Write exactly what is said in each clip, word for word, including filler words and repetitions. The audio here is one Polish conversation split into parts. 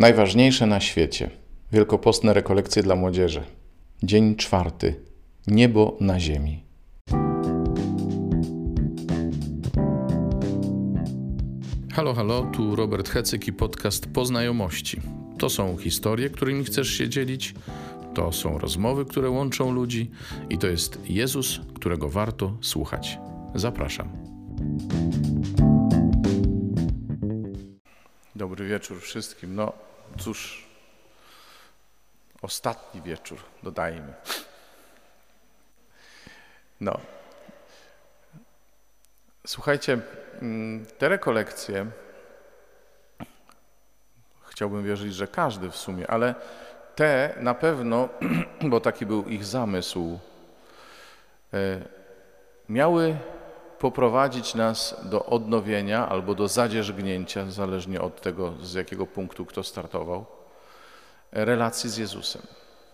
Najważniejsze na świecie. Wielkopostne rekolekcje dla młodzieży. Dzień czwarty. Niebo na ziemi. Halo, halo, tu Robert Hecyk i podcast Poznajomości. To są historie, którymi chcesz się dzielić, to są rozmowy, które łączą ludzi i to jest Jezus, którego warto słuchać. Zapraszam. Dobry wieczór wszystkim. No cóż, ostatni wieczór, dodajmy. No. Słuchajcie, te rekolekcje, chciałbym wierzyć, że każdy w sumie, ale te na pewno, bo taki był ich zamysł, miały poprowadzić nas do odnowienia albo do zadzierzgnięcia, zależnie od tego, z jakiego punktu kto startował, relacji z Jezusem.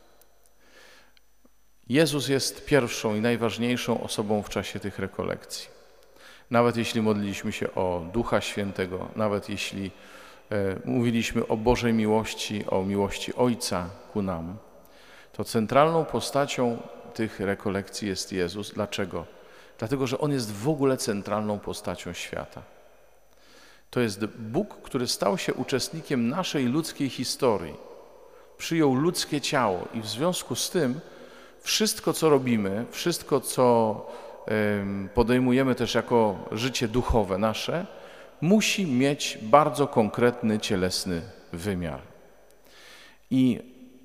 Jezus jest pierwszą i najważniejszą osobą w czasie tych rekolekcji. Nawet jeśli modliliśmy się o Ducha Świętego, nawet jeśli e, mówiliśmy o Bożej miłości, o miłości Ojca ku nam, to centralną postacią tych rekolekcji jest Jezus. Dlaczego? Dlatego, że On jest w ogóle centralną postacią świata. To jest Bóg, który stał się uczestnikiem naszej ludzkiej historii. Przyjął ludzkie ciało i w związku z tym wszystko, co robimy, wszystko, co podejmujemy też jako życie duchowe nasze, musi mieć bardzo konkretny, cielesny wymiar. I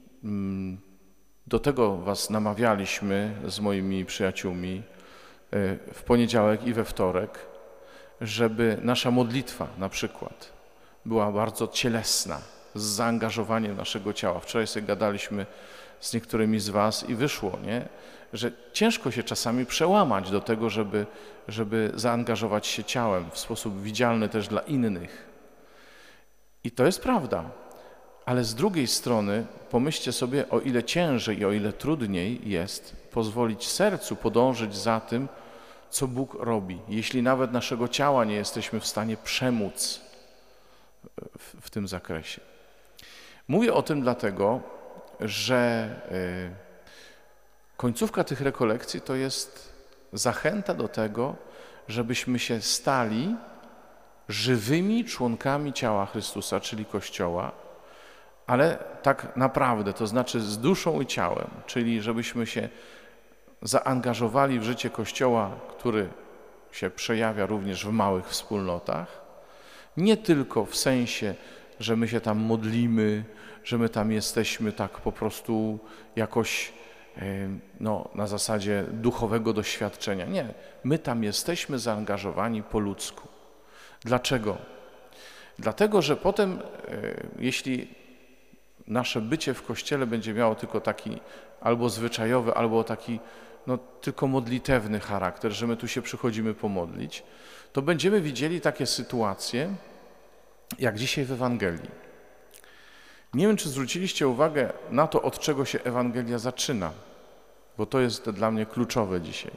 do tego was namawialiśmy z moimi przyjaciółmi w poniedziałek i we wtorek, żeby nasza modlitwa na przykład była bardzo cielesna, z zaangażowaniem naszego ciała. Wczoraj sobie gadaliśmy z niektórymi z was i wyszło, nie? Że ciężko się czasami przełamać do tego, żeby, żeby zaangażować się ciałem w sposób widzialny też dla innych. I to jest prawda, ale z drugiej strony pomyślcie sobie, o ile ciężej i o ile trudniej jest pozwolić sercu podążyć za tym, co Bóg robi, jeśli nawet naszego ciała nie jesteśmy w stanie przemóc w, w tym zakresie. Mówię o tym dlatego, że y, końcówka tych rekolekcji to jest zachęta do tego, żebyśmy się stali żywymi członkami ciała Chrystusa, czyli Kościoła, ale tak naprawdę, to znaczy z duszą i ciałem, czyli żebyśmy się zaangażowali w życie Kościoła, który się przejawia również w małych wspólnotach, nie tylko w sensie, że my się tam modlimy, że my tam jesteśmy tak po prostu jakoś no, na zasadzie duchowego doświadczenia. Nie, my tam jesteśmy zaangażowani po ludzku. Dlaczego? Dlatego, że potem, jeśli nasze bycie w Kościele będzie miało tylko taki albo zwyczajowy, albo taki no, tylko modlitewny charakter, że my tu się przychodzimy pomodlić, to będziemy widzieli takie sytuacje, jak dzisiaj w Ewangelii. Nie wiem, czy zwróciliście uwagę na to, od czego się Ewangelia zaczyna, bo to jest dla mnie kluczowe dzisiaj.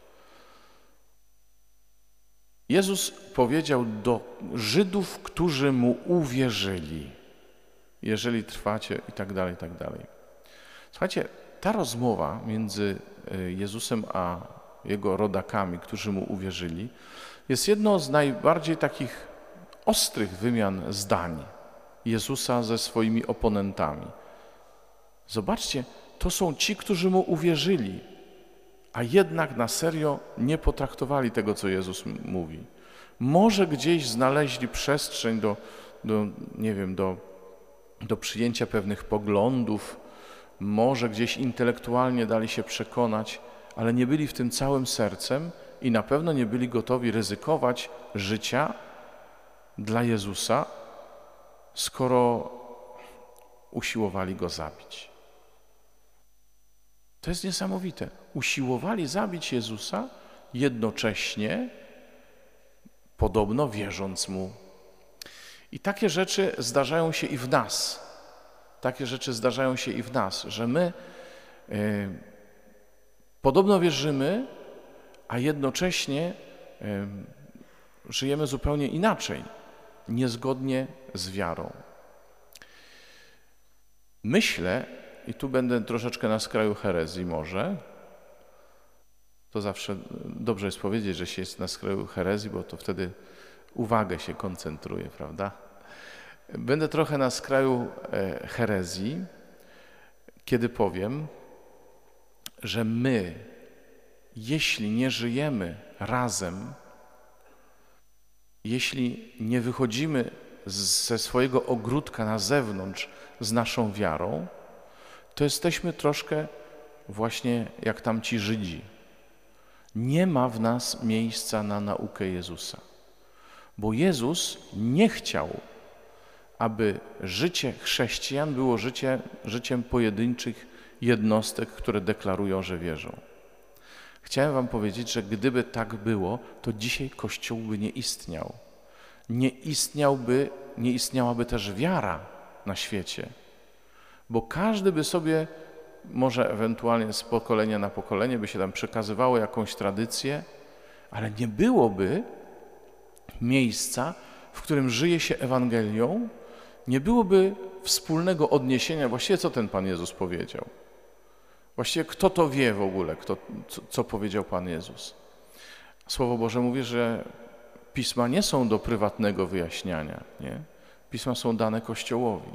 Jezus powiedział do Żydów, którzy Mu uwierzyli, jeżeli trwacie i tak dalej, i tak dalej. Słuchajcie, ta rozmowa między Jezusem a Jego rodakami, którzy Mu uwierzyli, jest jedną z najbardziej takich ostrych wymian zdań Jezusa ze swoimi oponentami. Zobaczcie, to są ci, którzy Mu uwierzyli, a jednak na serio nie potraktowali tego, co Jezus mówi. Może gdzieś znaleźli przestrzeń do, do nie wiem, do, do przyjęcia pewnych poglądów, może gdzieś intelektualnie dali się przekonać, ale nie byli w tym całym sercem i na pewno nie byli gotowi ryzykować życia dla Jezusa, skoro usiłowali Go zabić. To jest niesamowite. Usiłowali zabić Jezusa, jednocześnie podobno wierząc Mu. I takie rzeczy zdarzają się i w nas. Takie rzeczy zdarzają się i w nas, że my y, podobno wierzymy, a jednocześnie y, żyjemy zupełnie inaczej, niezgodnie z wiarą. Myślę, i tu będę troszeczkę na skraju herezji może, to zawsze dobrze jest powiedzieć, że się jest na skraju herezji, bo to wtedy uwagę się koncentruje, prawda? Będę trochę na skraju herezji, kiedy powiem, że my, jeśli nie żyjemy razem, jeśli nie wychodzimy ze swojego ogródka na zewnątrz z naszą wiarą, to jesteśmy troszkę właśnie jak tamci Żydzi. Nie ma w nas miejsca na naukę Jezusa, bo Jezus nie chciał, aby życie chrześcijan było życie, życiem pojedynczych jednostek, które deklarują, że wierzą. Chciałem wam powiedzieć, że gdyby tak było, to dzisiaj Kościół by nie istniał. Nie istniałby, nie istniałaby też wiara na świecie, bo każdy by sobie, może ewentualnie z pokolenia na pokolenie by się tam przekazywało jakąś tradycję, ale nie byłoby miejsca, w którym żyje się Ewangelią, nie byłoby wspólnego odniesienia. Właściwie co ten Pan Jezus powiedział? Właściwie kto to wie w ogóle, kto, co, co powiedział Pan Jezus? Słowo Boże mówi, że Pisma nie są do prywatnego wyjaśniania, nie? Pisma są dane Kościołowi.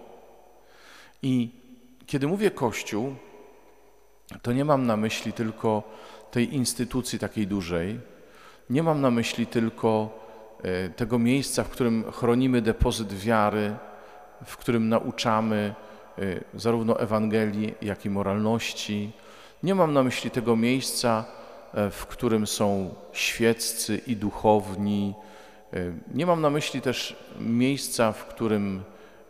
I kiedy mówię Kościół, to nie mam na myśli tylko tej instytucji takiej dużej, nie mam na myśli tylko tego miejsca, w którym chronimy depozyt wiary, w którym nauczamy zarówno Ewangelii, jak i moralności. Nie mam na myśli tego miejsca, w którym są świeccy i duchowni. Nie mam na myśli też miejsca, w którym,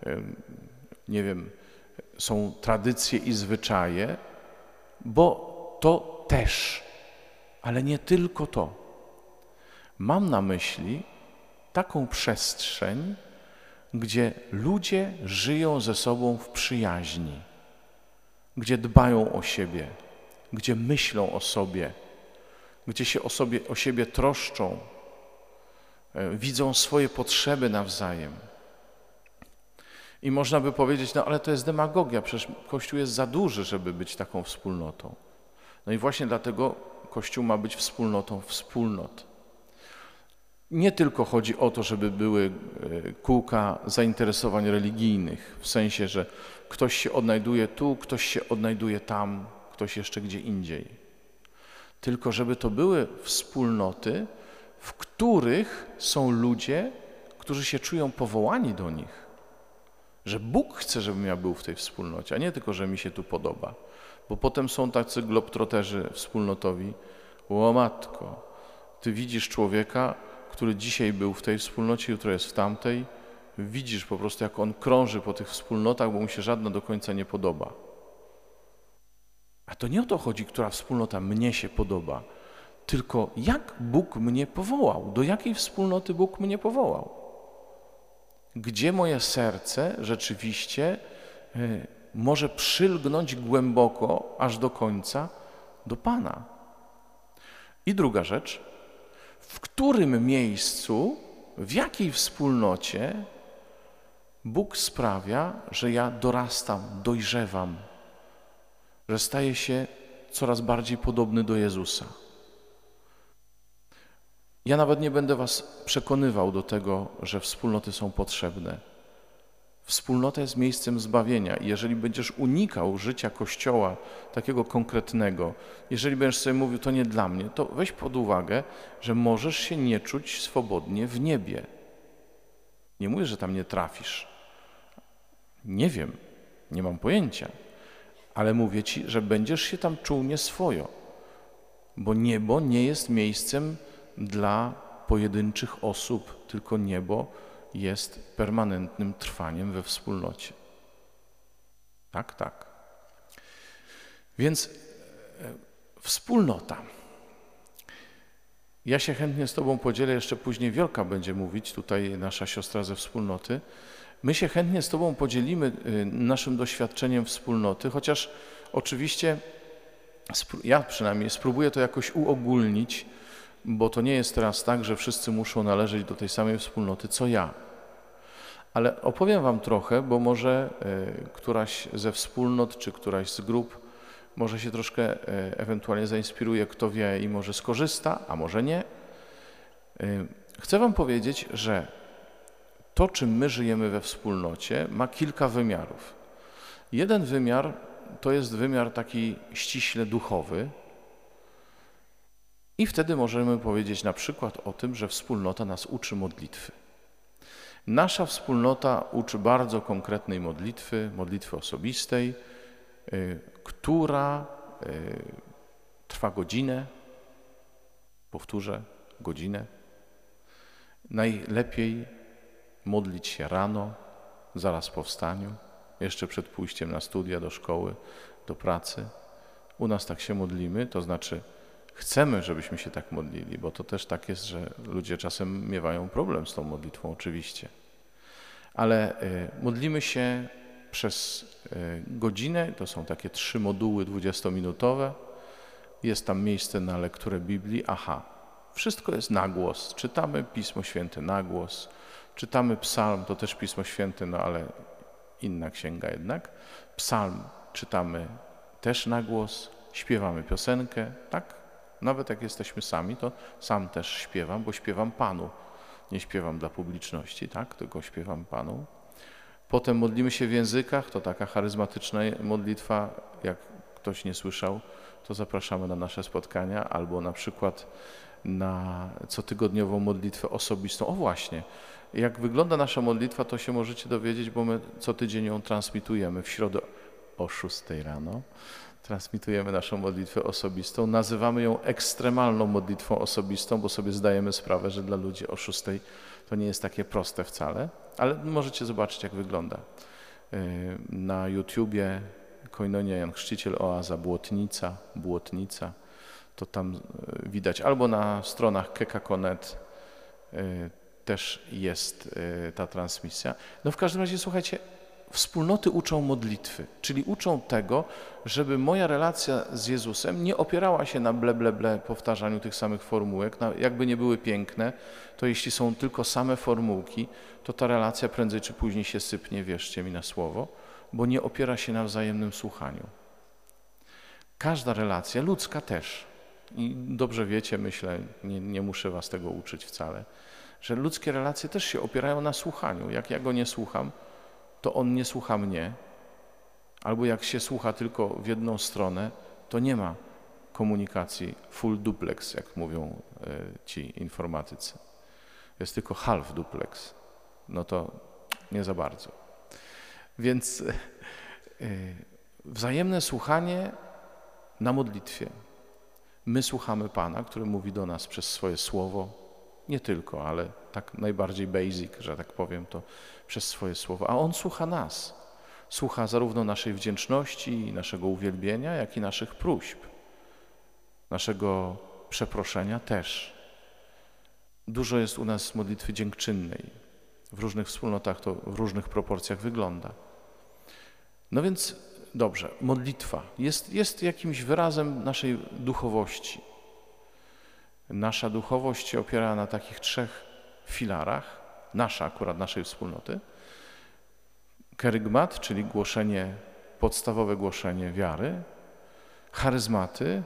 nie wiem, są tradycje i zwyczaje, bo to też, ale nie tylko to. Mam na myśli taką przestrzeń, gdzie ludzie żyją ze sobą w przyjaźni, gdzie dbają o siebie, gdzie myślą o sobie, gdzie się o, sobie, o siebie troszczą, widzą swoje potrzeby nawzajem. I można by powiedzieć, no ale to jest demagogia, przecież Kościół jest za duży, żeby być taką wspólnotą. No i właśnie dlatego Kościół ma być wspólnotą wspólnot. Nie tylko chodzi o to, żeby były kółka zainteresowań religijnych, w sensie, że ktoś się odnajduje tu, ktoś się odnajduje tam, ktoś jeszcze gdzie indziej. Tylko żeby to były wspólnoty, w których są ludzie, którzy się czują powołani do nich. Że Bóg chce, żebym ja był w tej wspólnocie, a nie tylko, że mi się tu podoba. Bo potem są tacy globtroterzy wspólnotowi. O matko, ty widzisz człowieka, który dzisiaj był w tej wspólnocie, jutro jest w tamtej. Widzisz po prostu, jak on krąży po tych wspólnotach, bo mu się żadna do końca nie podoba. A to nie o to chodzi, która wspólnota mnie się podoba, tylko jak Bóg mnie powołał, do jakiej wspólnoty Bóg mnie powołał. Gdzie moje serce rzeczywiście y, może przylgnąć głęboko, aż do końca, do Pana. I druga rzecz, w którym miejscu, w jakiej wspólnocie Bóg sprawia, że ja dorastam, dojrzewam, że staję się coraz bardziej podobny do Jezusa. Ja nawet nie będę was przekonywał do tego, że wspólnoty są potrzebne. Wspólnota jest miejscem zbawienia i jeżeli będziesz unikał życia Kościoła takiego konkretnego, jeżeli będziesz sobie mówił, to nie dla mnie, to weź pod uwagę, że możesz się nie czuć swobodnie w niebie. Nie mówię, że tam nie trafisz. Nie wiem, nie mam pojęcia, ale mówię ci, że będziesz się tam czuł nieswojo, bo niebo nie jest miejscem dla pojedynczych osób, tylko niebo jest permanentnym trwaniem we wspólnocie. Tak, tak. Więc e, wspólnota. Ja się chętnie z Tobą podzielę, jeszcze później Wiolka będzie mówić, tutaj nasza siostra ze wspólnoty. My się chętnie z Tobą podzielimy y, naszym doświadczeniem wspólnoty, chociaż oczywiście ja przynajmniej spróbuję to jakoś uogólnić, bo to nie jest teraz tak, że wszyscy muszą należeć do tej samej wspólnoty, co ja. Ale opowiem wam trochę, bo może y, któraś ze wspólnot, czy któraś z grup może się troszkę y, ewentualnie zainspiruje, kto wie i może skorzysta, a może nie. Y, chcę wam powiedzieć, że to, czym my żyjemy we wspólnocie, ma kilka wymiarów. Jeden wymiar to jest wymiar taki ściśle duchowy i wtedy możemy powiedzieć na przykład o tym, że wspólnota nas uczy modlitwy. Nasza wspólnota uczy bardzo konkretnej modlitwy, modlitwy osobistej, y, która y, trwa godzinę, powtórzę, godzinę. Najlepiej modlić się rano, zaraz po wstaniu, jeszcze przed pójściem na studia, do szkoły, do pracy. U nas tak się modlimy, to znaczy chcemy, żebyśmy się tak modlili, bo to też tak jest, że ludzie czasem miewają problem z tą modlitwą, oczywiście. Ale y, modlimy się przez y, godzinę, to są takie trzy moduły dwudziestominutowe, jest tam miejsce na lekturę Biblii, aha, wszystko jest na głos, czytamy Pismo Święte na głos, czytamy psalm, to też Pismo Święte, no ale inna księga jednak, psalm czytamy też na głos, śpiewamy piosenkę, tak? Nawet jak jesteśmy sami, to sam też śpiewam, bo śpiewam Panu. Nie śpiewam dla publiczności, tak? Tylko śpiewam Panu. Potem modlimy się w językach, to taka charyzmatyczna modlitwa, jak ktoś nie słyszał, to zapraszamy na nasze spotkania, albo na przykład na cotygodniową modlitwę osobistą. O właśnie, jak wygląda nasza modlitwa, to się możecie dowiedzieć, bo my co tydzień ją transmitujemy w środę o szóstej rano. Transmitujemy naszą modlitwę osobistą. Nazywamy ją ekstremalną modlitwą osobistą, bo sobie zdajemy sprawę, że dla ludzi o szóstej to nie jest takie proste wcale, ale możecie zobaczyć, jak wygląda. Na YouTubie Koinonia Jan Chrzciciel, Oaza, Błotnica, Błotnica, to tam widać, albo na stronach keka kropka net też jest ta transmisja. No w każdym razie, słuchajcie, wspólnoty uczą modlitwy, czyli uczą tego, żeby moja relacja z Jezusem nie opierała się na ble, ble, ble powtarzaniu tych samych formułek. Na, jakby nie były piękne, to jeśli są tylko same formułki, to ta relacja prędzej czy później się sypnie, wierzcie mi na słowo, bo nie opiera się na wzajemnym słuchaniu. Każda relacja, ludzka też, i dobrze wiecie, myślę, nie, nie muszę was tego uczyć wcale, że ludzkie relacje też się opierają na słuchaniu. Jak ja go nie słucham, to on nie słucha mnie, albo jak się słucha tylko w jedną stronę, to nie ma komunikacji full duplex, jak mówią ci informatycy. Jest tylko half duplex. No to nie za bardzo. Więc wzajemne słuchanie na modlitwie. My słuchamy Pana, który mówi do nas przez swoje słowo, nie tylko, ale tak najbardziej basic, że tak powiem, to przez swoje słowo. A On słucha nas. Słucha zarówno naszej wdzięczności, naszego uwielbienia, jak i naszych próśb. Naszego przeproszenia też. Dużo jest u nas modlitwy dziękczynnej. W różnych wspólnotach to w różnych proporcjach wygląda. No więc dobrze, modlitwa jest, jest jakimś wyrazem naszej duchowości. Nasza duchowość się opiera na takich trzech filarach, nasza akurat, naszej wspólnoty. Kerygmat, czyli głoszenie, podstawowe głoszenie wiary. Charyzmaty,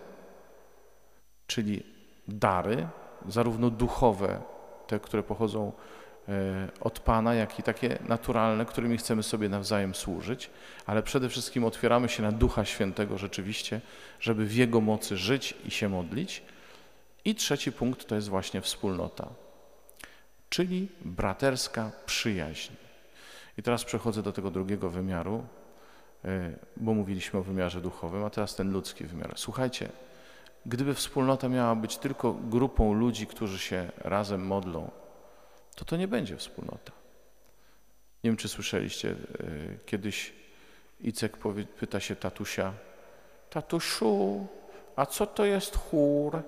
czyli dary, zarówno duchowe, te, które pochodzą od Pana, jak i takie naturalne, którymi chcemy sobie nawzajem służyć, ale przede wszystkim otwieramy się na Ducha Świętego rzeczywiście, żeby w Jego mocy żyć i się modlić. I trzeci punkt to jest właśnie wspólnota, czyli braterska przyjaźń. I teraz przechodzę do tego drugiego wymiaru, bo mówiliśmy o wymiarze duchowym, a teraz ten ludzki wymiar. Słuchajcie, gdyby wspólnota miała być tylko grupą ludzi, którzy się razem modlą, to to nie będzie wspólnota. Nie wiem, czy słyszeliście, kiedyś Icek powie, pyta się tatusia, tatusiu, a co to jest chór?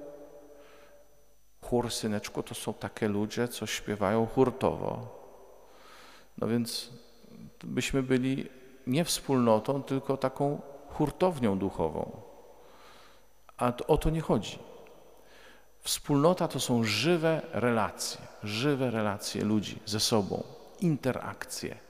Chór, syneczku, to są takie ludzie, co śpiewają hurtowo. No więc byśmy byli nie wspólnotą, tylko taką hurtownią duchową. A to, o to nie chodzi. Wspólnota to są żywe relacje, żywe relacje ludzi ze sobą. interakcje.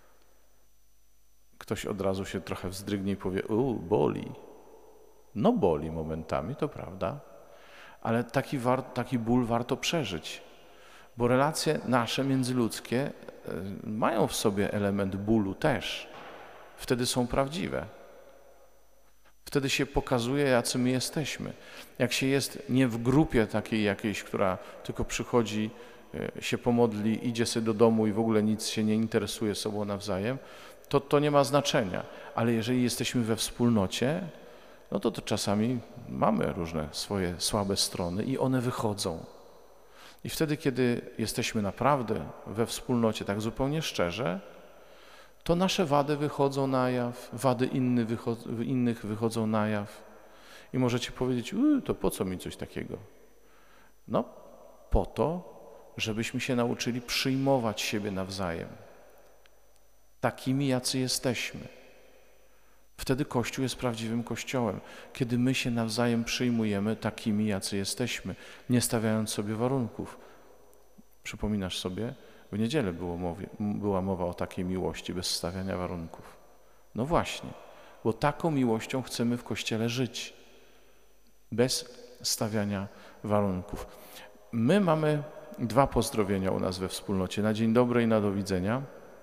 Ktoś od razu się trochę wzdrygnie i powie, u, boli. No boli momentami, to prawda, ale taki, war, taki ból warto przeżyć, bo relacje nasze międzyludzkie mają w sobie element bólu też. Wtedy są prawdziwe. Wtedy się pokazuje, jacy my jesteśmy. Jak się jest nie w grupie takiej jakiejś, która tylko przychodzi, się pomodli, idzie sobie do domu i w ogóle nic się nie interesuje sobą nawzajem, to to nie ma znaczenia. Ale jeżeli jesteśmy we wspólnocie, no to, to czasami mamy różne swoje słabe strony i one wychodzą. I wtedy, kiedy jesteśmy naprawdę we wspólnocie tak zupełnie szczerze, to nasze wady wychodzą na jaw, wady inny wycho- innych wychodzą na jaw. I możecie powiedzieć, to po co mi coś takiego? No, po to, żebyśmy się nauczyli przyjmować siebie nawzajem. Takimi, jacy jesteśmy. Wtedy Kościół jest prawdziwym Kościołem, kiedy my się nawzajem przyjmujemy takimi, jacy jesteśmy, nie stawiając sobie warunków. Przypominasz sobie, w niedzielę było mowie, była mowa o takiej miłości bez stawiania warunków. No właśnie, bo taką miłością chcemy w Kościele żyć, bez stawiania warunków. My mamy dwa pozdrowienia u nas we wspólnocie, na dzień dobry i na do widzenia.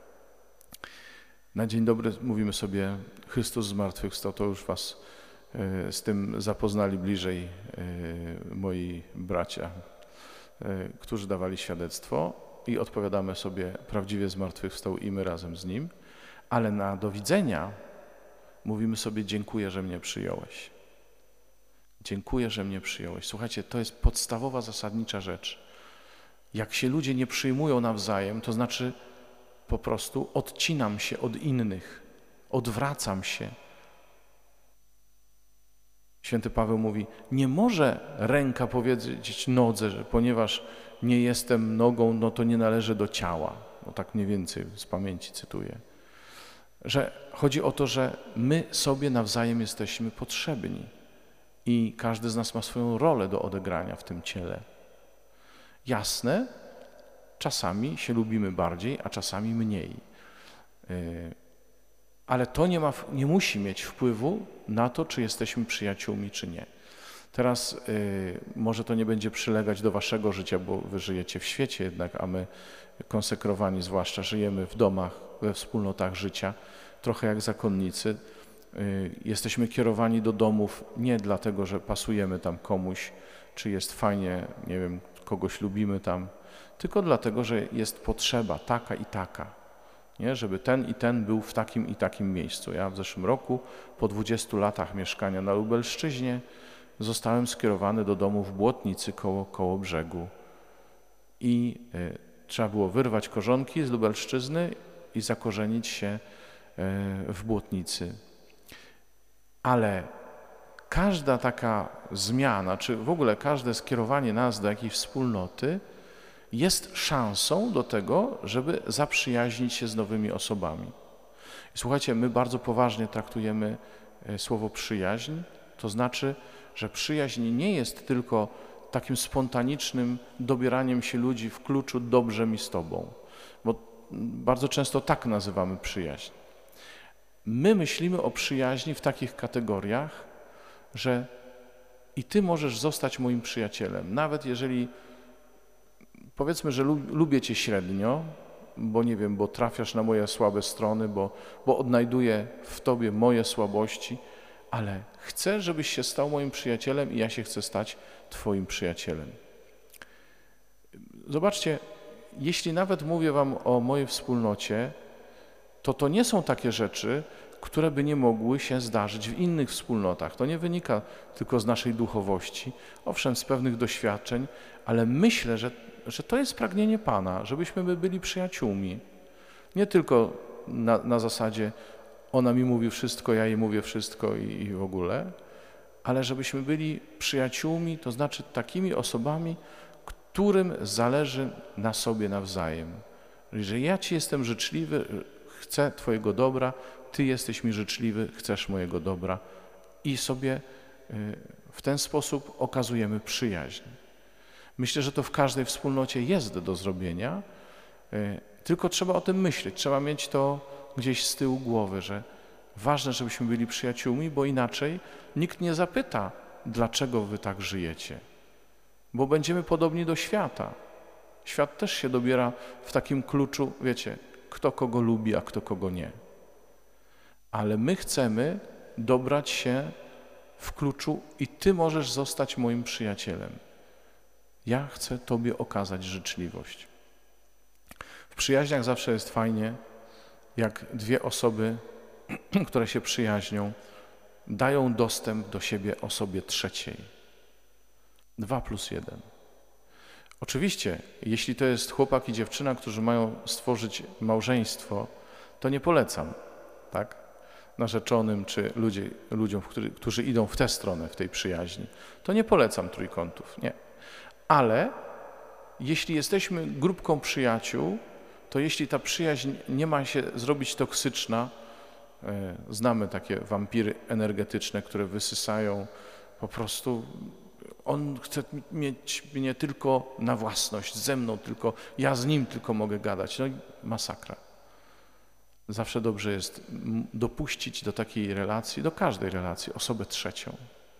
Na dzień dobry mówimy sobie Chrystus zmartwychwstał, to już was y, z tym zapoznali bliżej y, moi bracia, y, którzy dawali świadectwo i odpowiadamy sobie prawdziwie zmartwychwstał i my razem z Nim, ale na do widzenia mówimy sobie dziękuję, że mnie przyjąłeś. Dziękuję, że mnie przyjąłeś. Słuchajcie, to jest podstawowa, zasadnicza rzecz. Jak się ludzie nie przyjmują nawzajem, to znaczy po prostu odcinam się od innych, odwracam się. Święty Paweł mówi, nie może ręka powiedzieć nodze, że ponieważ nie jestem nogą, no to nie należy do ciała. No tak mniej więcej z pamięci cytuję. Że chodzi o to, że my sobie nawzajem jesteśmy potrzebni i każdy z nas ma swoją rolę do odegrania w tym ciele. Jasne, czasami się lubimy bardziej, a czasami mniej. Ale to nie ma, nie musi mieć wpływu na to, czy jesteśmy przyjaciółmi, czy nie. Teraz y, może to nie będzie przylegać do waszego życia, bo wy żyjecie w świecie jednak, a my konsekrowani zwłaszcza żyjemy w domach, we wspólnotach życia, trochę jak zakonnicy. Y, jesteśmy kierowani do domów nie dlatego, że pasujemy tam komuś, czy jest fajnie, nie wiem, kogoś lubimy tam, tylko dlatego, że jest potrzeba taka i taka, nie? Żeby ten i ten był w takim i takim miejscu. Ja w zeszłym roku, po dwudziestu latach mieszkania na Lubelszczyźnie, zostałem skierowany do domu w Błotnicy koło, koło brzegu i y, trzeba było wyrwać korzonki z Lubelszczyzny i zakorzenić się y, w Błotnicy. Ale każda taka zmiana, czy w ogóle każde skierowanie nas do jakiejś wspólnoty jest szansą do tego, żeby zaprzyjaźnić się z nowymi osobami. I słuchajcie, my bardzo poważnie traktujemy słowo przyjaźń, to znaczy, że przyjaźń nie jest tylko takim spontanicznym dobieraniem się ludzi w kluczu dobrze mi z tobą, bo bardzo często tak nazywamy przyjaźń. My myślimy o przyjaźni w takich kategoriach, że i ty możesz zostać moim przyjacielem, nawet jeżeli powiedzmy, że lubię cię średnio, bo nie wiem, bo trafiasz na moje słabe strony, bo, bo odnajduję w tobie moje słabości, ale chcę, żebyś się stał moim przyjacielem i ja się chcę stać twoim przyjacielem. Zobaczcie, jeśli nawet mówię wam o mojej wspólnocie, to to nie są takie rzeczy, które by nie mogły się zdarzyć w innych wspólnotach. To nie wynika tylko z naszej duchowości, owszem, z pewnych doświadczeń, ale myślę, że, że to jest pragnienie Pana, żebyśmy my byli przyjaciółmi. Nie tylko na, na zasadzie ona mi mówi wszystko, ja jej mówię wszystko i, i w ogóle, ale żebyśmy byli przyjaciółmi, to znaczy takimi osobami, którym zależy na sobie nawzajem. Że ja ci jestem życzliwy, chcę twojego dobra, ty jesteś mi życzliwy, chcesz mojego dobra i sobie w ten sposób okazujemy przyjaźń. Myślę, że to w każdej wspólnocie jest do zrobienia, Tylko trzeba o tym myśleć, trzeba mieć to gdzieś z tyłu głowy, że ważne, żebyśmy byli przyjaciółmi, bo inaczej nikt nie zapyta, dlaczego wy tak żyjecie. Bo będziemy podobni do świata. Świat też się dobiera w takim kluczu, wiecie, kto kogo lubi, a kto kogo nie. Ale my chcemy dobrać się w kluczu i ty możesz zostać moim przyjacielem. Ja chcę tobie okazać życzliwość. W przyjaźniach zawsze jest fajnie, jak dwie osoby, które się przyjaźnią, dają dostęp do siebie osobie trzeciej. Dwa plus jeden. Oczywiście, jeśli to jest chłopak i dziewczyna, którzy mają stworzyć małżeństwo, to nie polecam, tak? Narzeczonym czy ludzie, ludziom, którzy, którzy idą w tę stronę, w tej przyjaźni. To nie polecam trójkątów, nie. Ale jeśli jesteśmy grupką przyjaciół, to jeśli ta przyjaźń nie ma się zrobić toksyczna, znamy takie wampiry energetyczne, które wysysają po prostu, on chce mieć mnie tylko na własność, ze mną tylko, ja z nim tylko mogę gadać. No i masakra. Zawsze dobrze jest dopuścić do takiej relacji, do każdej relacji, osobę trzecią.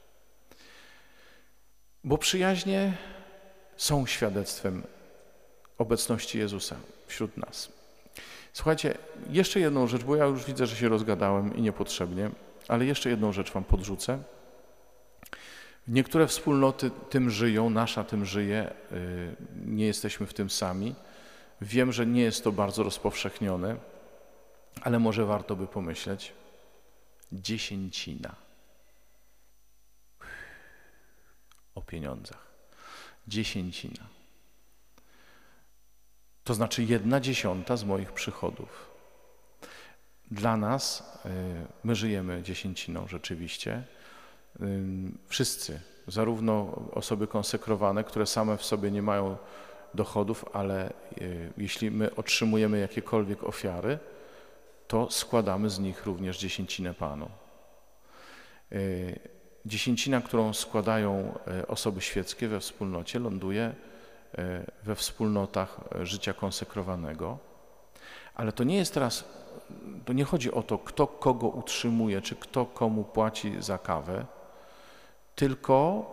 Bo przyjaźnie są świadectwem obecności Jezusa wśród nas. Słuchajcie, jeszcze jedną rzecz, bo ja już widzę, że się rozgadałem i niepotrzebnie, ale jeszcze jedną rzecz wam podrzucę. Niektóre wspólnoty tym żyją, nasza tym żyje, nie jesteśmy w tym sami. Wiem, że nie jest to bardzo rozpowszechnione, ale może warto by pomyśleć. Dziesięcina. O pieniądzach. Dziesięcina. To znaczy jedna dziesiąta z moich przychodów. Dla nas, my żyjemy dziesięciną rzeczywiście, wszyscy, zarówno osoby konsekrowane, które same w sobie nie mają dochodów, ale jeśli my otrzymujemy jakiekolwiek ofiary, to składamy z nich również dziesięcinę Panu. Dziesięcina, którą składają osoby świeckie we wspólnocie, ląduje we wspólnotach życia konsekrowanego, ale to nie jest teraz, to nie chodzi o to, kto kogo utrzymuje, czy kto komu płaci za kawę, tylko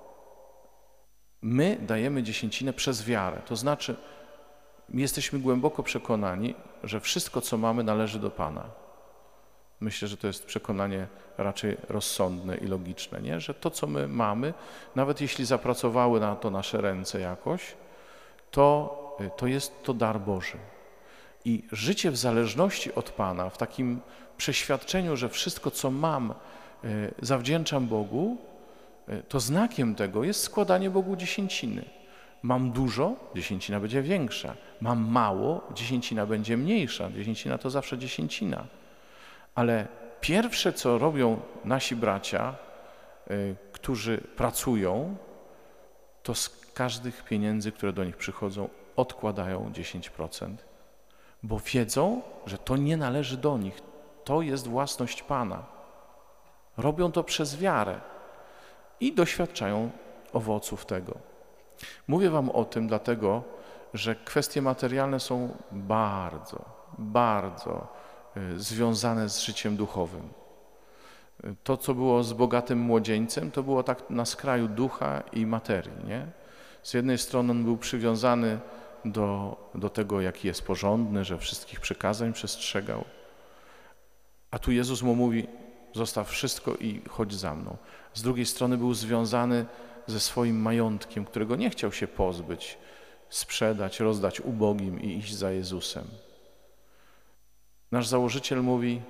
my dajemy dziesięcinę przez wiarę. To znaczy, jesteśmy głęboko przekonani, że wszystko, co mamy, należy do Pana. Myślę, że to jest przekonanie raczej rozsądne i logiczne, nie? Że to, co my mamy, nawet jeśli zapracowały na to nasze ręce jakoś, to, to jest to dar Boży. I życie w zależności od Pana, w takim przeświadczeniu, że wszystko, co mam, zawdzięczam Bogu, to znakiem tego jest składanie Bogu dziesięciny. Mam dużo, dziesięcina będzie większa. Mam mało, dziesięcina będzie mniejsza. Dziesięcina to zawsze dziesięcina. Ale pierwsze, co robią nasi bracia, y, którzy pracują, to z każdych pieniędzy, które do nich przychodzą, odkładają dziesięć procent, bo wiedzą, że to nie należy do nich. To jest własność Pana. Robią to przez wiarę i doświadczają owoców tego. Mówię wam o tym dlatego, że kwestie materialne są bardzo, bardzo związane z życiem duchowym. To, co było z bogatym młodzieńcem, to było tak na skraju ducha i materii, nie? Z jednej strony on był przywiązany do, do tego, jaki jest porządny, że wszystkich przykazań przestrzegał, a tu Jezus mu mówi, zostaw wszystko i chodź za mną. Z drugiej strony był związany ze swoim majątkiem, którego nie chciał się pozbyć, sprzedać, rozdać ubogim i iść za Jezusem. Nasz założyciel mówi,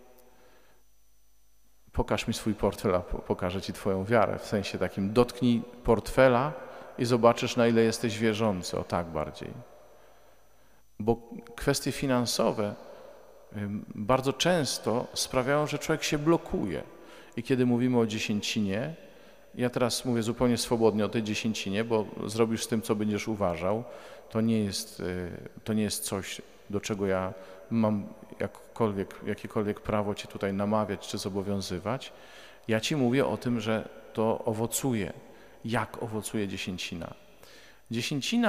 pokaż mi swój portfel, a pokażę ci twoją wiarę. W sensie takim, dotknij portfela i zobaczysz, na ile jesteś wierzący, o tak bardziej. Bo kwestie finansowe bardzo często sprawiają, że człowiek się blokuje. I kiedy mówimy o dziesięcinie, ja teraz mówię zupełnie swobodnie o tej dziesięcinie, bo zrobisz z tym, co będziesz uważał. To nie jest, to nie jest coś, do czego ja mam jakkolwiek, jakiekolwiek prawo cię tutaj namawiać czy zobowiązywać. Ja ci mówię o tym, że to owocuje. Jak owocuje dziesięcina? Dziesięcina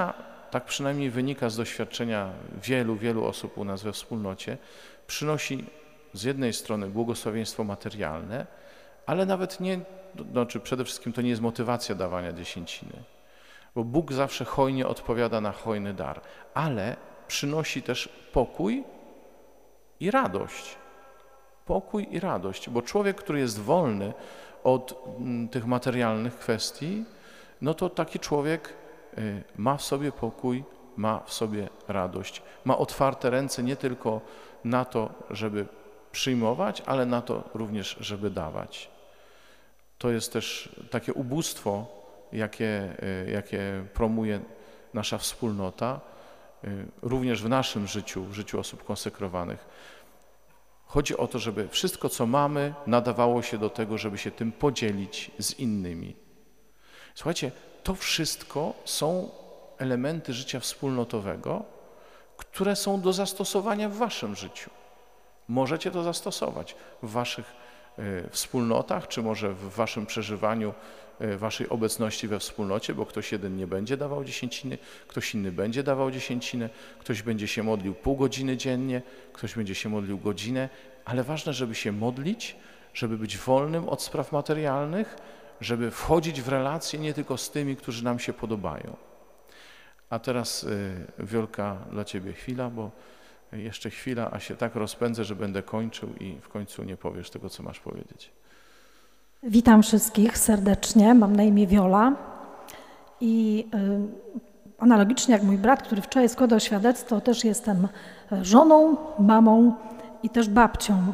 tak przynajmniej wynika z doświadczenia wielu, wielu osób u nas we wspólnocie, przynosi z jednej strony błogosławieństwo materialne, ale nawet nie, znaczy przede wszystkim to nie jest motywacja dawania dziesięciny, bo Bóg zawsze hojnie odpowiada na hojny dar, ale przynosi też pokój i radość. Pokój i radość, bo człowiek, który jest wolny od m, tych materialnych kwestii, no to taki człowiek y, ma w sobie pokój, ma w sobie radość, ma otwarte ręce nie tylko na to, żeby przyjmować, ale na to również, żeby dawać. To jest też takie ubóstwo, jakie, y, jakie promuje nasza wspólnota, y, również w naszym życiu, w życiu osób konsekrowanych. Chodzi o to, żeby wszystko, co mamy, nadawało się do tego, żeby się tym podzielić z innymi. Słuchajcie, to wszystko są elementy życia wspólnotowego, które są do zastosowania w waszym życiu. Możecie to zastosować w waszych y, wspólnotach, czy może w waszym przeżywaniu y, waszej obecności we wspólnocie, bo ktoś jeden nie będzie dawał dziesięciny, ktoś inny będzie dawał dziesięcinę, ktoś będzie się modlił pół godziny dziennie, ktoś będzie się modlił godzinę, ale ważne, żeby się modlić, żeby być wolnym od spraw materialnych, żeby wchodzić w relacje nie tylko z tymi, którzy nam się podobają. A teraz, y, Wiolka, dla ciebie chwila, bo jeszcze chwila, a się tak rozpędzę, że będę kończył i w końcu nie powiesz tego, co masz powiedzieć. Witam wszystkich serdecznie, mam na imię Wiola i y, analogicznie jak mój brat, który wczoraj składał świadectwo, też jestem żoną, mamą i też babcią.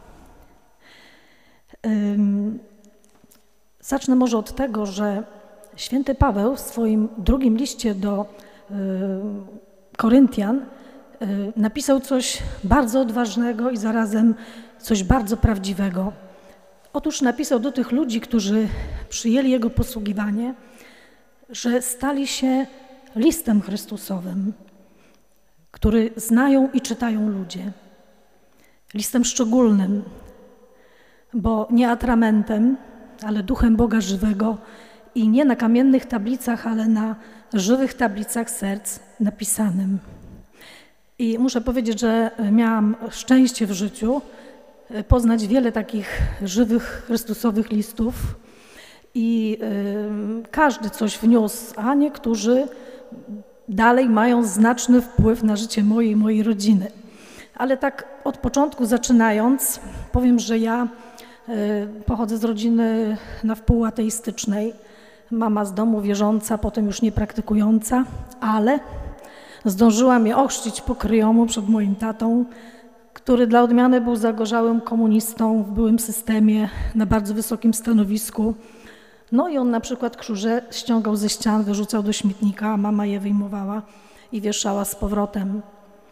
Y, zacznę może od tego, że święty Paweł w swoim drugim liście do y, Koryntian napisał coś bardzo odważnego i zarazem coś bardzo prawdziwego. Otóż napisał do tych ludzi, którzy przyjęli Jego posługiwanie, że stali się listem Chrystusowym, który znają i czytają ludzie. Listem szczególnym, bo nie atramentem, ale duchem Boga żywego i nie na kamiennych tablicach, ale na żywych tablicach serc napisanym. I muszę powiedzieć, że miałam szczęście w życiu poznać wiele takich żywych, chrystusowych listów i y, każdy coś wniósł, a niektórzy dalej mają znaczny wpływ na życie mojej i mojej rodziny. Ale tak od początku zaczynając, powiem, że ja y, pochodzę z rodziny na wpół ateistycznej. Mama z domu wierząca, potem już niepraktykująca, ale zdążyła mnie ochrzcić po kryjomu przed moim tatą, który dla odmiany był zagorzałym komunistą w byłym systemie na bardzo wysokim stanowisku. No i on na przykład krzyże ściągał ze ścian, wyrzucał do śmietnika, a mama je wyjmowała i wieszała z powrotem.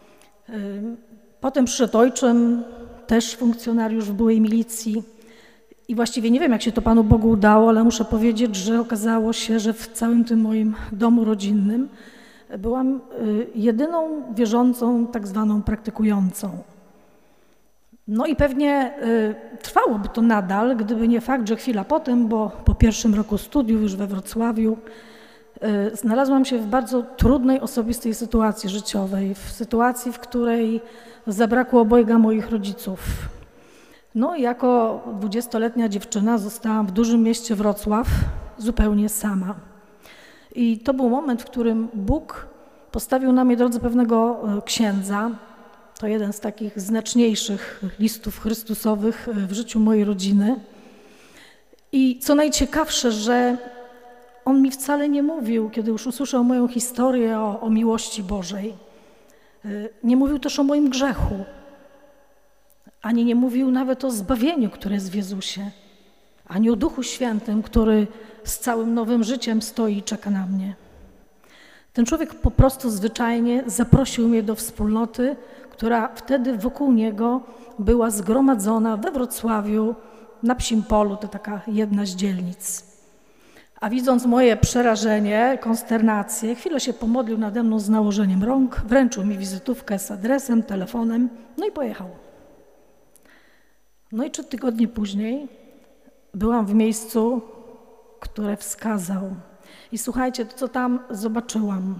Potem przyszedł ojczym, też funkcjonariusz w byłej milicji. I właściwie nie wiem, jak się to Panu Bogu udało, ale muszę powiedzieć, że okazało się, że w całym tym moim domu rodzinnym byłam jedyną wierzącą, tak zwaną praktykującą. No i pewnie y, trwałoby to nadal, gdyby nie fakt, że chwila potem, bo po pierwszym roku studiów już we Wrocławiu y, znalazłam się w bardzo trudnej, osobistej sytuacji życiowej, w sytuacji, w której zabrakło obojga moich rodziców. No i jako dwudziestoletnia dziewczyna zostałam w dużym mieście Wrocław zupełnie sama. I to był moment, w którym Bóg postawił na mnie drodze pewnego księdza. To jeden z takich znaczniejszych listów chrystusowych w życiu mojej rodziny. I co najciekawsze, że on mi wcale nie mówił, kiedy już usłyszał moją historię o, o miłości Bożej, nie mówił też o moim grzechu, ani nie mówił nawet o zbawieniu, które jest w Jezusie, ani o Duchu Świętym, który z całym nowym życiem stoi i czeka na mnie. Ten człowiek po prostu zwyczajnie zaprosił mnie do wspólnoty, która wtedy wokół niego była zgromadzona we Wrocławiu na Psim Polu, to taka jedna z dzielnic. A widząc moje przerażenie, konsternację, chwilę się pomodlił nade mną z nałożeniem rąk, wręczył mi wizytówkę z adresem, telefonem, no i pojechał. No i trzy tygodnie później byłam w miejscu, które wskazał. I słuchajcie, to co tam zobaczyłam,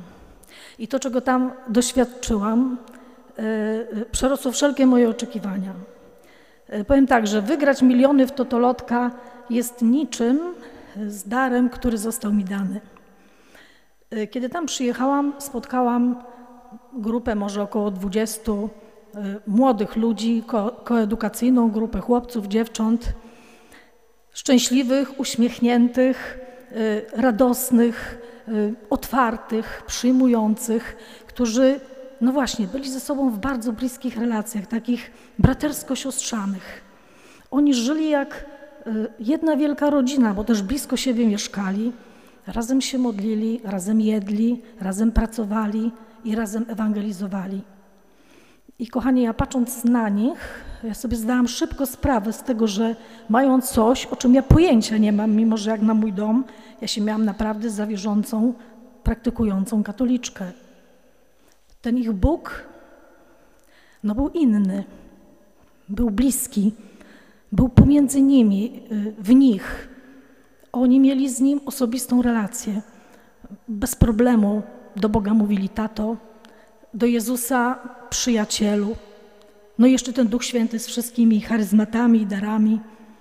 I to, czego tam doświadczyłam, przerosło wszelkie moje oczekiwania. Powiem tak, że wygrać miliony w totolotka jest niczym z darem, który został mi dany. Kiedy tam przyjechałam, spotkałam grupę może około dwudziestu młodych ludzi, ko koedukacyjną grupę chłopców, dziewcząt, szczęśliwych, uśmiechniętych, radosnych, otwartych, przyjmujących, którzy, no właśnie, byli ze sobą w bardzo bliskich relacjach, takich bratersko-siostrzanych. Oni żyli jak jedna wielka rodzina, bo też blisko siebie mieszkali, razem się modlili, razem jedli, razem pracowali i razem ewangelizowali. I kochani, ja patrząc na nich, ja sobie zdałam szybko sprawę z tego, że mają coś, o czym ja pojęcia nie mam, mimo że jak na mój dom, ja się miałam naprawdę za wierzącą, praktykującą katoliczkę. Ten ich Bóg, no był inny, był bliski, był pomiędzy nimi, w nich. Oni mieli z Nim osobistą relację. Bez problemu do Boga mówili tato, do Jezusa przyjacielu. No i jeszcze ten Duch Święty z wszystkimi charyzmatami i darami.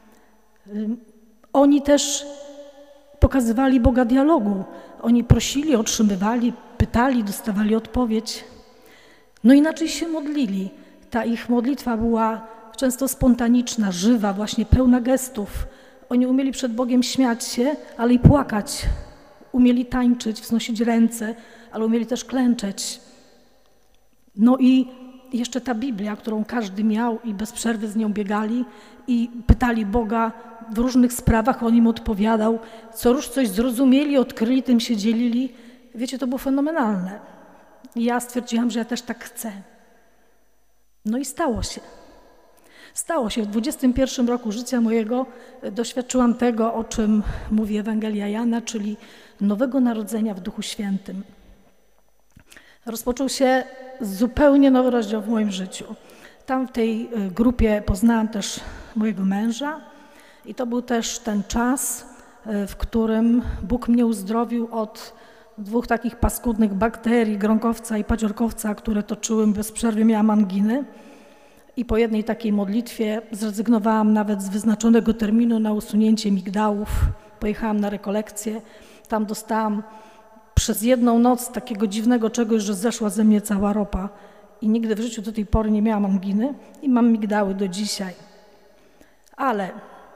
Oni też pokazywali Boga dialogu. Oni prosili, otrzymywali, pytali, dostawali odpowiedź. No inaczej się modlili. Ta ich modlitwa była często spontaniczna, żywa, właśnie pełna gestów. Oni umieli przed Bogiem śmiać się, ale i płakać. Umieli tańczyć, wznosić ręce, ale umieli też klęczeć. No i jeszcze ta Biblia, którą każdy miał i bez przerwy z nią biegali i pytali Boga w różnych sprawach, On im odpowiadał. Co już coś zrozumieli, odkryli, tym się dzielili. Wiecie, to było fenomenalne. I ja stwierdziłam, że ja też tak chcę. No i stało się. Stało się. W dwudziestym pierwszym roku życia mojego doświadczyłam tego, o czym mówi Ewangelia Jana, czyli nowego narodzenia w Duchu Świętym. Rozpoczął się zupełnie nowy rozdział w moim życiu. Tam w tej grupie poznałam też mojego męża i to był też ten czas, w którym Bóg mnie uzdrowił od dwóch takich paskudnych bakterii, gronkowca i paciorkowca, które toczyły bez przerwy, miałam anginy. I po jednej takiej modlitwie zrezygnowałam nawet z wyznaczonego terminu na usunięcie migdałów. Pojechałam na rekolekcję. Tam dostałam przez jedną noc takiego dziwnego czegoś, że zeszła ze mnie cała ropa. I nigdy w życiu do tej pory nie miałam anginy i mam migdały do dzisiaj. Ale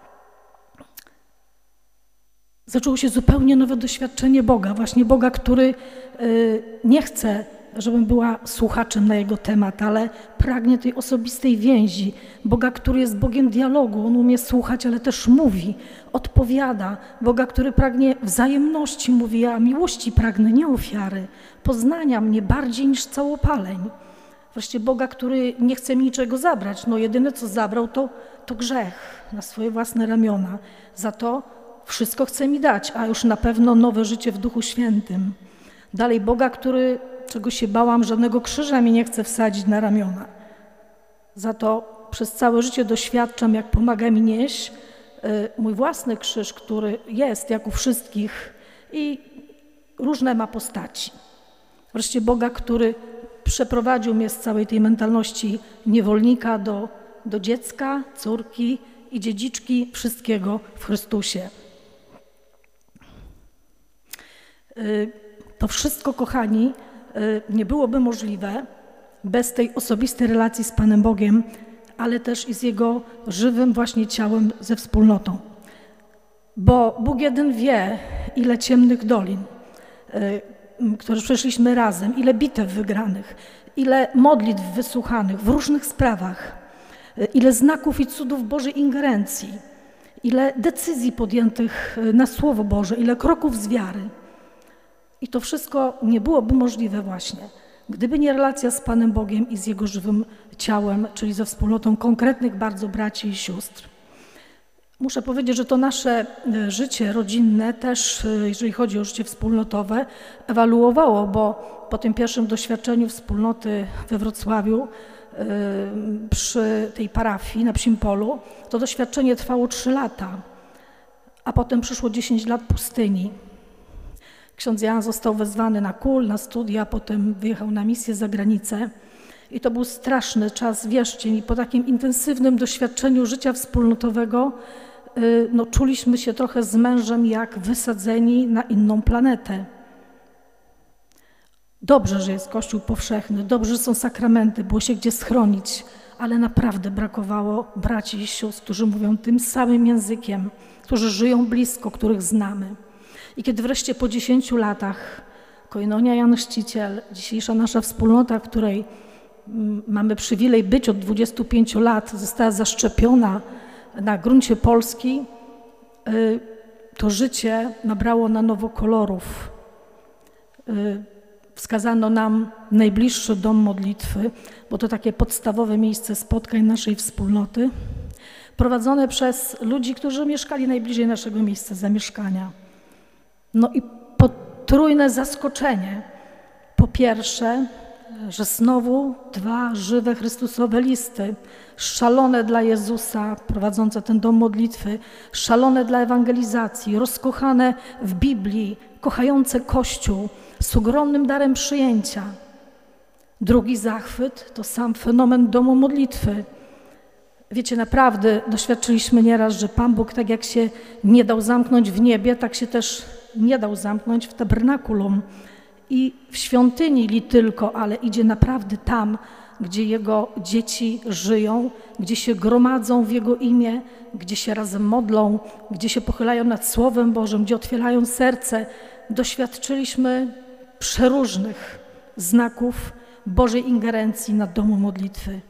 zaczęło się zupełnie nowe doświadczenie Boga. Właśnie Boga, który yy, nie chce, żebym była słuchaczem na Jego temat, ale pragnie tej osobistej więzi. Boga, który jest Bogiem dialogu. On umie słuchać, ale też mówi, odpowiada. Boga, który pragnie wzajemności, mówi, ja miłości pragnę, nie ofiary. Poznania mnie bardziej niż całopaleń. Wreszcie Boga, który nie chce mi niczego zabrać. No jedyne, co zabrał, to, to grzech na swoje własne ramiona. Za to wszystko chce mi dać, a już na pewno nowe życie w Duchu Świętym. Dalej Boga, który, czego się bałam, żadnego krzyża mi nie chce wsadzić na ramiona. Za to przez całe życie doświadczam, jak pomaga mi nieść mój własny krzyż, który jest, jak u wszystkich, i różne ma postaci. Wreszcie Boga, który przeprowadził mnie z całej tej mentalności niewolnika do, do dziecka, córki i dziedziczki wszystkiego w Chrystusie. To wszystko, kochani, nie byłoby możliwe bez tej osobistej relacji z Panem Bogiem, ale też i z Jego żywym właśnie ciałem, ze wspólnotą. Bo Bóg jeden wie, ile ciemnych dolin, które przeszliśmy razem, ile bitew wygranych, ile modlitw wysłuchanych w różnych sprawach, ile znaków i cudów Bożej ingerencji, ile decyzji podjętych na Słowo Boże, ile kroków z wiary. I to wszystko nie byłoby możliwe właśnie, gdyby nie relacja z Panem Bogiem i z Jego żywym ciałem, czyli ze wspólnotą konkretnych bardzo braci i sióstr. Muszę powiedzieć, że to nasze życie rodzinne też, jeżeli chodzi o życie wspólnotowe, ewaluowało, bo po tym pierwszym doświadczeniu wspólnoty we Wrocławiu przy tej parafii na Psim Polu, to doświadczenie trwało trzy lata, a potem przyszło dziesięć lat pustyni, Ksiądz Jan został wezwany na K U L, na studia, potem wyjechał na misję za granicę. I to był straszny czas, wierzcie mi, po takim intensywnym doświadczeniu życia wspólnotowego no, czuliśmy się trochę z mężem jak wysadzeni na inną planetę. Dobrze, że jest Kościół powszechny, dobrze, że są sakramenty, było się gdzie schronić, ale naprawdę brakowało braci i sióstr, którzy mówią tym samym językiem, którzy żyją blisko, których znamy. I kiedy wreszcie po dziesięciu latach Koinonia Jan Chrzciciel, dzisiejsza nasza wspólnota, w której mamy przywilej być od dwudziestu pięciu lat, została zaszczepiona na gruncie Polski, to życie nabrało na nowo kolorów. Wskazano nam najbliższy dom modlitwy, bo to takie podstawowe miejsce spotkań naszej wspólnoty, prowadzone przez ludzi, którzy mieszkali najbliżej naszego miejsca zamieszkania. No i potrójne zaskoczenie. Po pierwsze, że znowu dwa żywe Chrystusowe listy, szalone dla Jezusa, prowadzące ten dom modlitwy, szalone dla ewangelizacji, rozkochane w Biblii, kochające Kościół, z ogromnym darem przyjęcia. Drugi zachwyt to sam fenomen domu modlitwy. Wiecie, naprawdę doświadczyliśmy nieraz, że Pan Bóg, tak jak się nie dał zamknąć w niebie, tak się też nie dał zamknąć w tabernakulum. I w świątyni li tylko, ale idzie naprawdę tam, gdzie Jego dzieci żyją, gdzie się gromadzą w Jego imię, gdzie się razem modlą, gdzie się pochylają nad Słowem Bożym, gdzie otwierają serce. Doświadczyliśmy przeróżnych znaków Bożej ingerencji na domu modlitwy.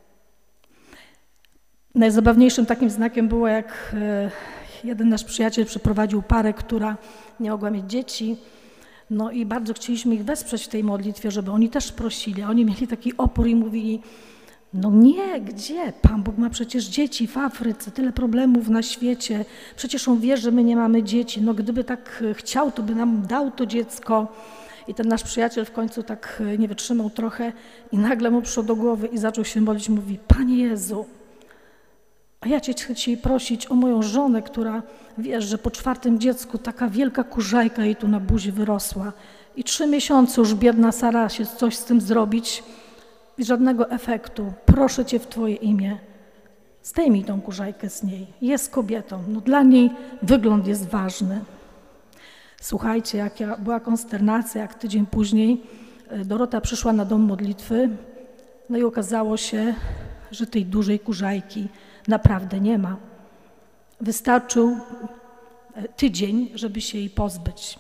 Najzabawniejszym takim znakiem było, jak jeden nasz przyjaciel przyprowadził parę, która nie mogła mieć dzieci. No i bardzo chcieliśmy ich wesprzeć w tej modlitwie, żeby oni też prosili. A oni mieli taki opór i mówili, no nie, gdzie? Pan Bóg ma przecież dzieci w Afryce, tyle problemów na świecie. Przecież On wie, że my nie mamy dzieci. No gdyby tak chciał, to by nam dał to dziecko. I ten nasz przyjaciel w końcu tak nie wytrzymał trochę i nagle mu przyszło do głowy i zaczął się modlić. Mówi, Panie Jezu, a ja Cię chcę Ci prosić o moją żonę, która, wiesz, że po czwartym dziecku taka wielka kurzajka jej tu na buzi wyrosła i trzy miesiące już biedna Sara się coś z tym zrobić i żadnego efektu. Proszę Cię w Twoje imię, zdejmij tą kurzajkę z niej. Jest kobietą, no dla niej wygląd jest ważny. Słuchajcie, jaka była konsternacja, jak tydzień później Dorota przyszła na dom modlitwy, no i okazało się, że tej dużej kurzajki naprawdę nie ma. Wystarczył tydzień, żeby się jej pozbyć.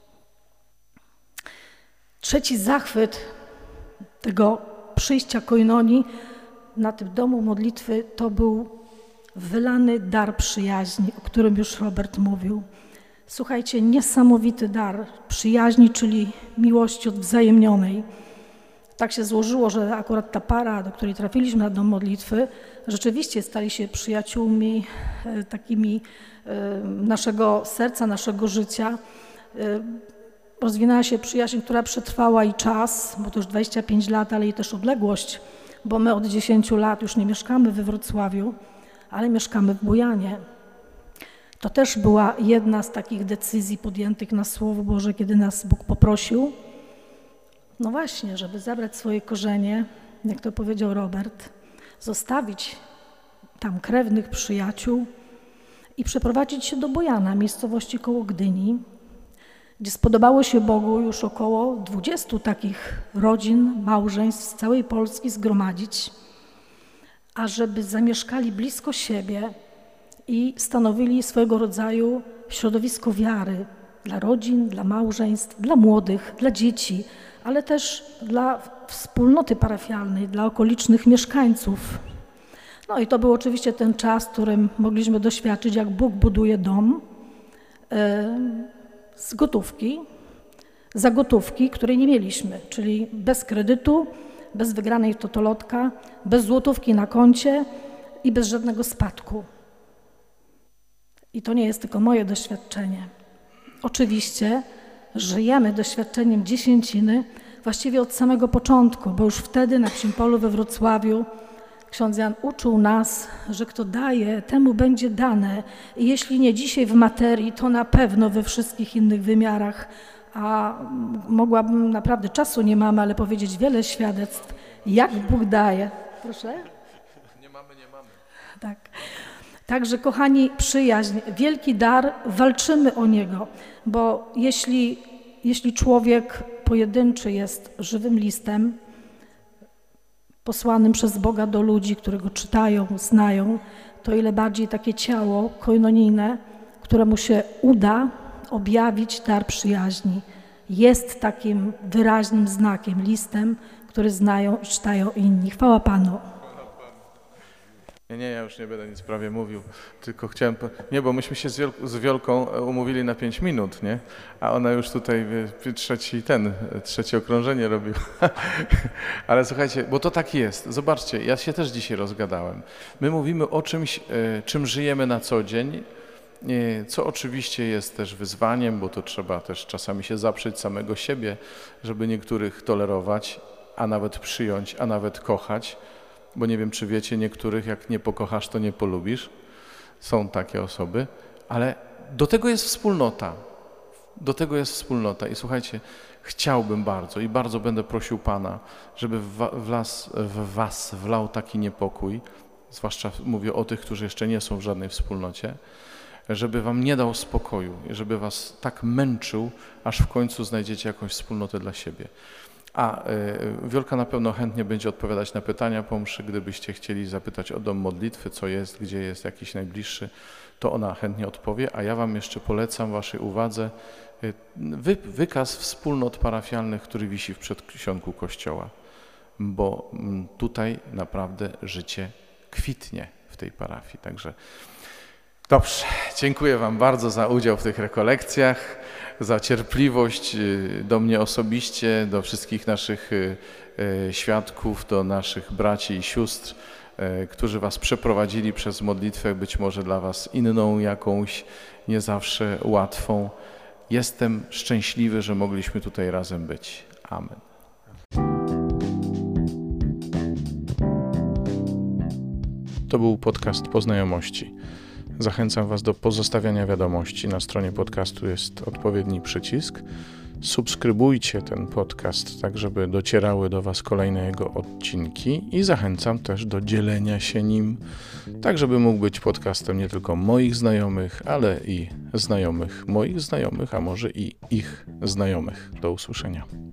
Trzeci zachwyt tego przyjścia Koinonii na tym domu modlitwy to był wylany dar przyjaźni, o którym już Robert mówił. Słuchajcie, niesamowity dar przyjaźni, czyli miłości odwzajemnionej. Tak się złożyło, że akurat ta para, do której trafiliśmy na dom modlitwy, rzeczywiście stali się przyjaciółmi takimi naszego serca, naszego życia. Rozwinęła się przyjaźń, która przetrwała i czas, bo to już dwadzieścia pięć lat, ale i też odległość, bo my od dziesięciu lat już nie mieszkamy we Wrocławiu, ale mieszkamy w Bujanie. To też była jedna z takich decyzji podjętych na Słowo Boże, kiedy nas Bóg poprosił, no właśnie, żeby zabrać swoje korzenie, jak to powiedział Robert, zostawić tam krewnych przyjaciół i przeprowadzić się do Bojana, miejscowości koło Gdyni, gdzie spodobało się Bogu już około dwudziestu takich rodzin, małżeństw z całej Polski zgromadzić, a żeby zamieszkali blisko siebie i stanowili swojego rodzaju środowisko wiary dla rodzin, dla małżeństw, dla młodych, dla dzieci, ale też dla wspólnoty parafialnej, dla okolicznych mieszkańców. No i to był oczywiście ten czas, w którym mogliśmy doświadczyć, jak Bóg buduje dom z gotówki, za gotówki, której nie mieliśmy, czyli bez kredytu, bez wygranej totolotka, bez złotówki na koncie i bez żadnego spadku. I to nie jest tylko moje doświadczenie. Oczywiście żyjemy doświadczeniem dziesięciny właściwie od samego początku, bo już wtedy na Psim Polu we Wrocławiu ksiądz Jan uczył nas, że kto daje, temu będzie dane. I jeśli nie dzisiaj w materii, to na pewno we wszystkich innych wymiarach, a mogłabym, naprawdę czasu nie mamy, ale powiedzieć wiele świadectw, jak Bóg daje. Proszę? Nie mamy, nie mamy. Tak. Także, kochani, przyjaźń, wielki dar, walczymy o niego, bo jeśli, jeśli człowiek pojedynczy jest żywym listem, posłanym przez Boga do ludzi, które go czytają, znają, to ile bardziej takie ciało koinonijne, któremu się uda objawić dar przyjaźni, jest takim wyraźnym znakiem, listem, który znają i czytają inni. Chwała Panu. Nie, nie, ja już nie będę nic prawie mówił, tylko chciałem... Po... Nie, bo myśmy się z, Wiol... z Wiolką umówili na pięć minut, nie? A ona już tutaj wie, trzeci ten, trzecie okrążenie robiła. Ale słuchajcie, bo to tak jest. Zobaczcie, ja się też dzisiaj rozgadałem. My mówimy o czymś, czym żyjemy na co dzień, co oczywiście jest też wyzwaniem, bo to trzeba też czasami się zaprzeć samego siebie, żeby niektórych tolerować, a nawet przyjąć, a nawet kochać. Bo nie wiem, czy wiecie, niektórych jak nie pokochasz, to nie polubisz. Są takie osoby, ale do tego jest wspólnota. Do tego jest wspólnota. I słuchajcie, chciałbym bardzo i bardzo będę prosił Pana, żeby w was, w was wlał taki niepokój, zwłaszcza mówię o tych, którzy jeszcze nie są w żadnej wspólnocie, żeby wam nie dał spokoju i żeby was tak męczył, aż w końcu znajdziecie jakąś wspólnotę dla siebie. A y, Wiolka na pewno chętnie będzie odpowiadać na pytania po mszy. Gdybyście chcieli zapytać o dom modlitwy, co jest, gdzie jest jakiś najbliższy, to ona chętnie odpowie, a ja wam jeszcze polecam waszej uwadze y, wy, wykaz wspólnot parafialnych, który wisi w przedsionku kościoła, bo m, tutaj naprawdę życie kwitnie w tej parafii. Także dobrze, dziękuję wam bardzo za udział w tych rekolekcjach, za cierpliwość do mnie osobiście, do wszystkich naszych świadków, do naszych braci i sióstr, którzy was przeprowadzili przez modlitwę, być może dla was inną jakąś, nie zawsze łatwą. Jestem szczęśliwy, że mogliśmy tutaj razem być. Amen. To był podcast Po Znajomości. Zachęcam was do pozostawiania wiadomości. Na stronie podcastu jest odpowiedni przycisk. Subskrybujcie ten podcast, tak żeby docierały do was kolejne jego odcinki i zachęcam też do dzielenia się nim, tak żeby mógł być podcastem nie tylko moich znajomych, ale i znajomych moich znajomych, a może i ich znajomych. Do usłyszenia.